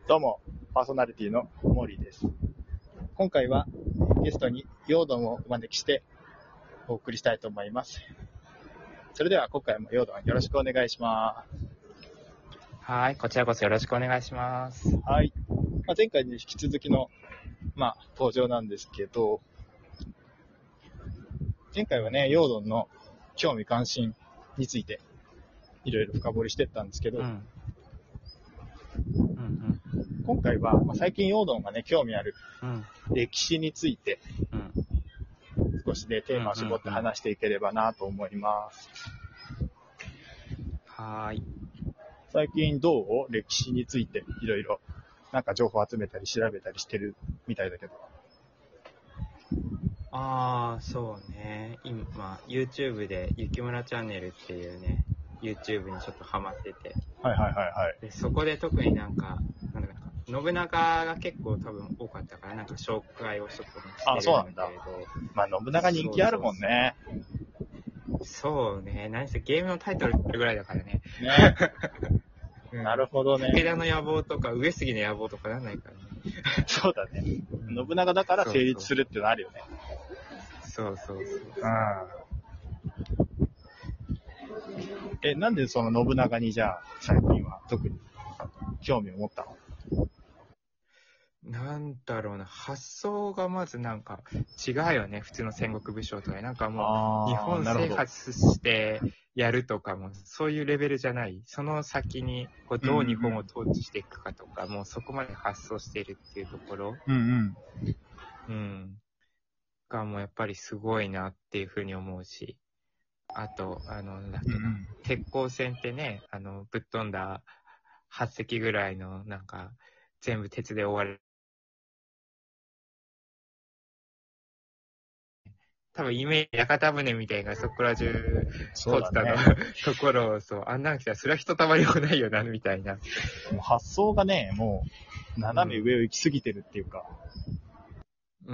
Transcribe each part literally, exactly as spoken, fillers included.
どうも、パーソナリティのモーリーです。今回はゲストにヨードンをお招きしてお送りしたいと思います。それでは今回もヨードンよろしくお願いします。 はい、こちらこそよろしくお願いします。 はい。まあ、前回に引き続きの、まあ、登場なんですけど、前回はね、ヨードンの興味関心についていろいろ深掘りしていったんですけど、 うんうんうん今回は、まあ、最近ヨードンがね、興味あるうん歴史についてうん少しでテーマを絞って話していければなと思います。 はーい。 最近どう？歴史についていろいろなんか情報集めたり調べたりしてるみたいだけど。 ああ、そうね。今、YouTube で雪村チャンネルっていうね、YouTube にちょっとハマってて。 はいはいはいはい。 で、そこで特になんか、なんだか、信長が結構多分多かったから、なんか紹介をちょっとしてるんだけど。 まあ信長人気あるもんね。 そうね。何せゲームのタイトルぐらいだからね。 ね。 うん、 なるほどね。 武田の野望とか上杉の野望とかなんないからね。 そうだね。信長だから成立するってのあるよね。 そうそうそう。 うん。え、なんでその信長にじゃあ最近は特に興味を持ったの？ なんだろうな、発想がまずなんか違うよね、普通の戦国武将とか。なんかもう、日本制覇してやるとかも、そういうレベルじゃない。その先にこうどう日本を統治していくかとか、うんうん、もうそこまで発想しているっていうところ。 うんうん。 うん。がもうやっぱりすごいなっていうふうに思うし。あと、あの、なんだっけな、うんうん、鉄鋼船ってね、あの、ぶっ飛んだはっ隻ぐらいの、なんか、全部鉄で覆われる。多分イメージ、屋形船みたいなそこら中通ったの、ね、ところを、そう、あんなん来たら、それはひとたまりもないよな、みたいな。 もう発想がね、もう、斜め上を行き過ぎてるっていうか。 うん。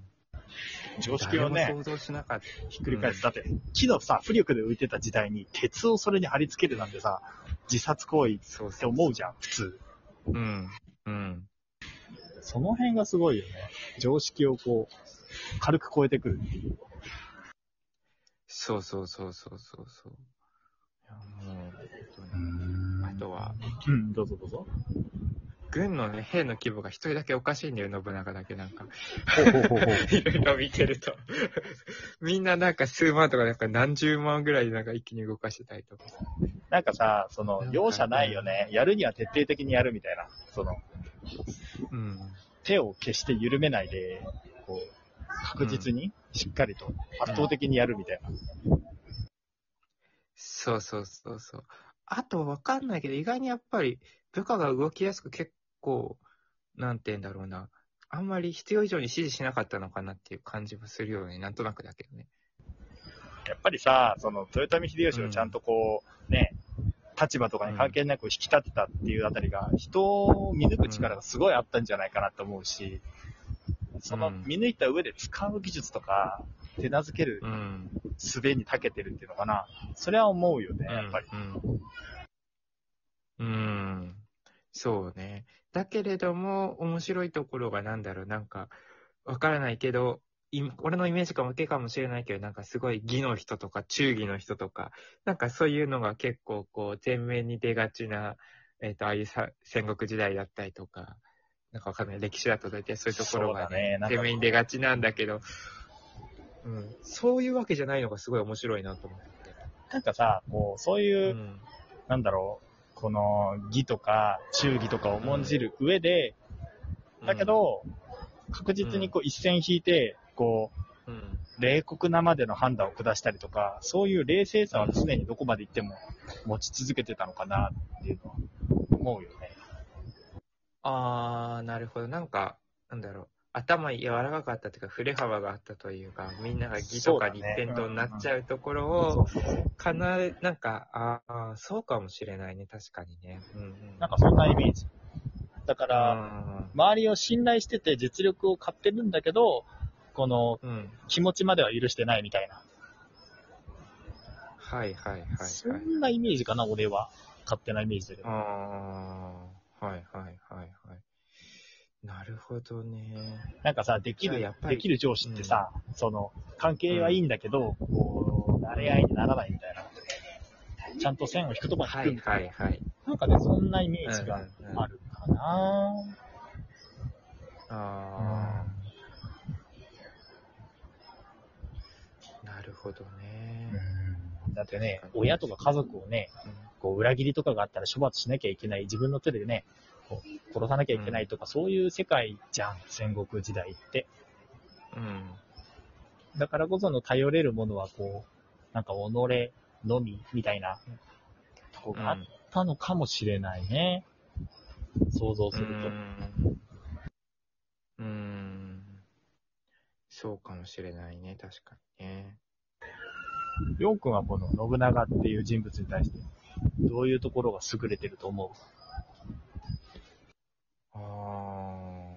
常識をね、 想像しなかった。 ひっくり返す。だって、木のさ、浮力で浮いてた時代に、鉄をそれに貼り付けるなんてさ、自殺行為って思うじゃん、普通。 うん。うん。 その辺がすごいよね。常識をこう、軽く超えてくるっていう。 そうそうそうそうそうそう。いやもう、本当に。あとは、 うん、どうぞどうぞ。 軍のね、兵の規模が一人だけおかしいんだよ、信長だけなんか。 ほうほうほうほう。 いろいろ見てると。みんななんか数万とかなんか何十万ぐらいでなんか一気に動かしてたりとか。 なんかさ、その、容赦ないよね。やるには徹底的にやるみたいな。その、 うん。 手を決して緩めないで、こう、確実にしっかりと圧倒的にやるみたいな。 うん、そうそうそうそう。あとわかんないけど、意外にやっぱり部下が動きやすく結構、なんて言うんだろうな。あんまり必要以上に指示しなかったのかなっていう感じもするよね。なんとなくだけどね。 やっぱりさ、その、豊臣秀吉をちゃんとこう、うん、ね、立場とかに関係なく引き立てたっていうあたりが、人を見抜く力がすごいあったんじゃないかなと思うし、その見抜いた上で使う技術とか、手なずける術に長けてるっていうのかな。それは思うよね、やっぱり。 うん。うん、そうね。だけれども、面白いところがなんだろう、なんか、わからないけど、俺のイメージかもけかもしれないけど、なんかすごい義の人とか忠義の人とか、なんかそういうのが結構こう前面に出がちな、えっと、ああいうさ戦国時代だったりとか、なんかわかんない、歴史だと大体そういうところがね、ね前面に出がちなんだけど、うん、そういうわけじゃないのがすごい面白いなと思って。 なんかさ、こう、そういう、うん、なんだろう、この義とか忠義とかを重んじる上で、うん、だけど、確実にこう一線引いて、こう、うん、冷酷なまでの判断を下したりとか、そういう冷静さは常にどこまで行っても持ち続けてたのかなっていうのは思うよね。 あー、なるほど。なんか、なんだろう。頭柔らかかったというか、振れ幅があったというか、みんなが義とか立天とになっちゃうところを、かな、なんか、ああ、そうかもしれないね、確かにね。うんうん、 なんかそんなイメージ。だから、周りを信頼してて実力を買ってるんだけど、この気持ちまでは許してないみたいな。 はいはいはい、はい。 そんなイメージかな、俺は。勝手なイメージだけど。 ああ、はいはいはいはい。 ほどね。 なんかさ、できる、できる上司ってさ、うん、その、関係はいいんだけど、うん、こう、慣れ合いにならないみたいな。ちゃんと線を引くとこは引くみたいな。はいはいはい。なんかね、そんなイメージがあるかな、うんうんうん、 あー。なるほどね。 うん、だってね、親とか家族をね、こう裏切りとかがあったら処罰しなきゃいけない、自分の手でね、こう殺さなきゃいけないとか、うん、そういう世界じゃん、戦国時代って。うん。だからこその頼れるものはこう、なんか己のみみたいなとこがあったのかもしれないね。うん、想像すると。うーん。 うーん。そうかもしれないね、確かにね。 りょうくんはこの信長っていう人物に対して、どういうところが優れてると思う？ あ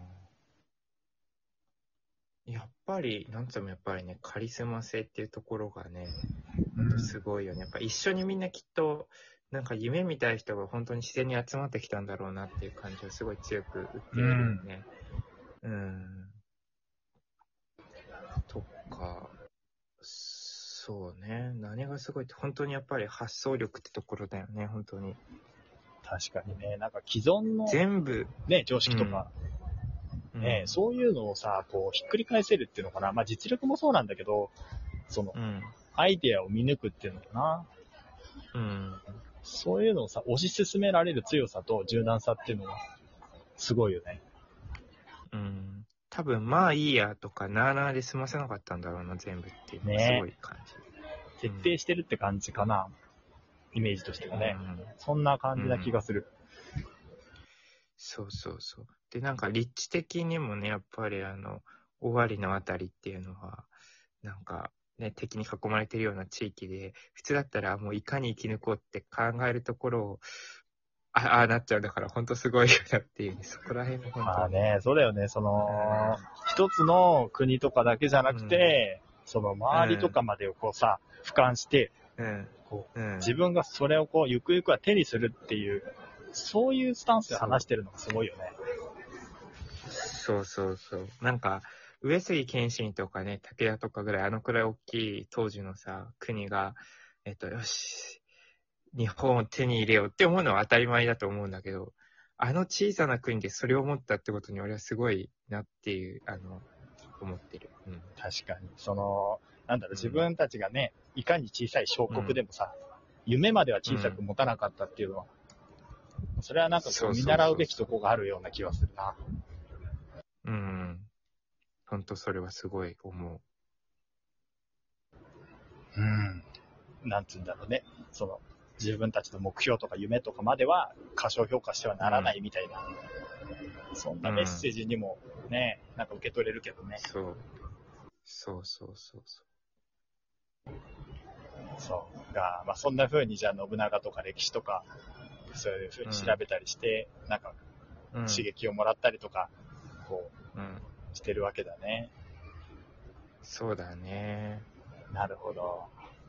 ー。やっぱり、なんつうのやっぱりね、カリスマ性っていうところがね、ほんとすごいよね。やっぱ一緒にみんなきっと、なんか夢見たい人が本当に自然に集まってきたんだろうなっていう感じをすごい強く打っているよね。うん。うんとか、そうね。何がすごいって、本当にやっぱり発想力ってところだよね、本当に。 確かにね、なんか既存の、 全部、 ね、常識とか、うんね、そういうのをさ、こう、ひっくり返せるっていうのかな。まあ実力もそうなんだけど、その、うん、アイデアを見抜くっていうのかな。うん。そういうのをさ、推し進められる強さと柔軟さっていうのが、すごいよね。 うん。多分、まあいいやとか、なーなーで済ませなかったんだろうな、全部っていうのがすごい感じ。 ね、徹底してるって感じかな。イメージとしてはね。うん、そんな感じな気がする。うん、 そうそうそう。で、なんか立地的にもね、やっぱりあの、尾張のあたりっていうのは、なんか、ね、敵に囲まれてるような地域で、普通だったらもういかに生き抜こうって考えるところを、ああなっちゃう。だから本当すごいよなっていう、ね、そこら辺も本当に。 まあね、そうだよね。その、うん、一つの国とかだけじゃなくて、うん、その周りとかまでをこうさ、俯瞰して、うん、こううん、自分がそれをこう、ゆくゆくは手にするっていう、そういうスタンスで話してるのがすごいよね。 そうそうそう。なんか、上杉謙信とかね、武田とかぐらい、あのくらい大きい当時のさ、国が、えっと、よし、日本を手に入れようって思うのは当たり前だと思うんだけど、あの小さな国でそれを思ったってことに俺はすごいなっていう、あの、思ってる。うん、 確かに。その、なんだろう、自分たちがね、いかに小さい小国でもさ、うん、夢までは小さく持たなかったっていうのは、うん、それはなんかこう見習うべきとこがあるような気はするな。 うん。ほんとそれはすごい思う。 うん。なんつうんだろうね。その、自分たちの目標とか夢とかまでは過小評価してはならないみたいな、うん、そんなメッセージにもね、うん、なんか受け取れるけどね。 そう。そうそうそうそう。 そうが、まあそんな風にじゃあ信長とか歴史とか、そういう風に調べたりして、うん、なんか刺激をもらったりとか、こう、うん、してるわけだね。 そうだね。 なるほど。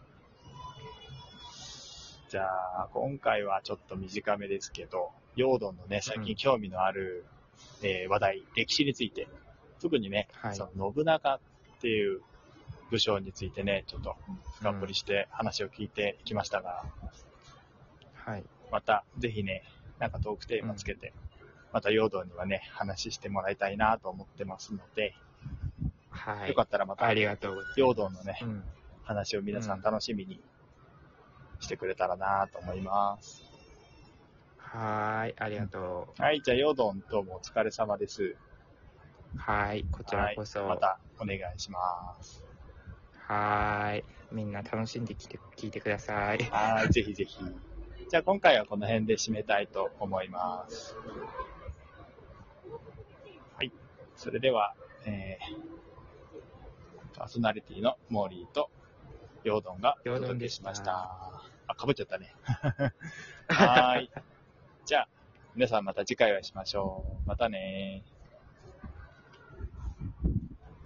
じゃあ、今回はちょっと短めですけど、ヨードンのね、最近興味のある、うん、えー、話題、歴史について、特にね、はい、その信長っていう武将についてね、ちょっと深掘りして話を聞いていきましたが、うん、はい。また、ぜひね、なんかトークテーマつけて、うん、またヨードンにはね、話してもらいたいなと思ってますので、はい。よかったらまた、ありがとう。ヨードンのね、うん、話を皆さん楽しみに、してくれたらなと思います。 はい、ありがとう。はい、じゃあ、ヨードンどうもお疲れ様です。 はい、こちらこそ。 はい、またお願いします。 はい、みんな楽しんできて聞いてください。 はい、ぜひぜひ。じゃあ、今回はこの辺で締めたいと思います。はい、それでは、えー、パーソナリティのモーリーとヨードンがお届けしました。あ、かぶっちゃったね。はーい。じゃあ、皆さんまた次回お会いしましょう。またねー。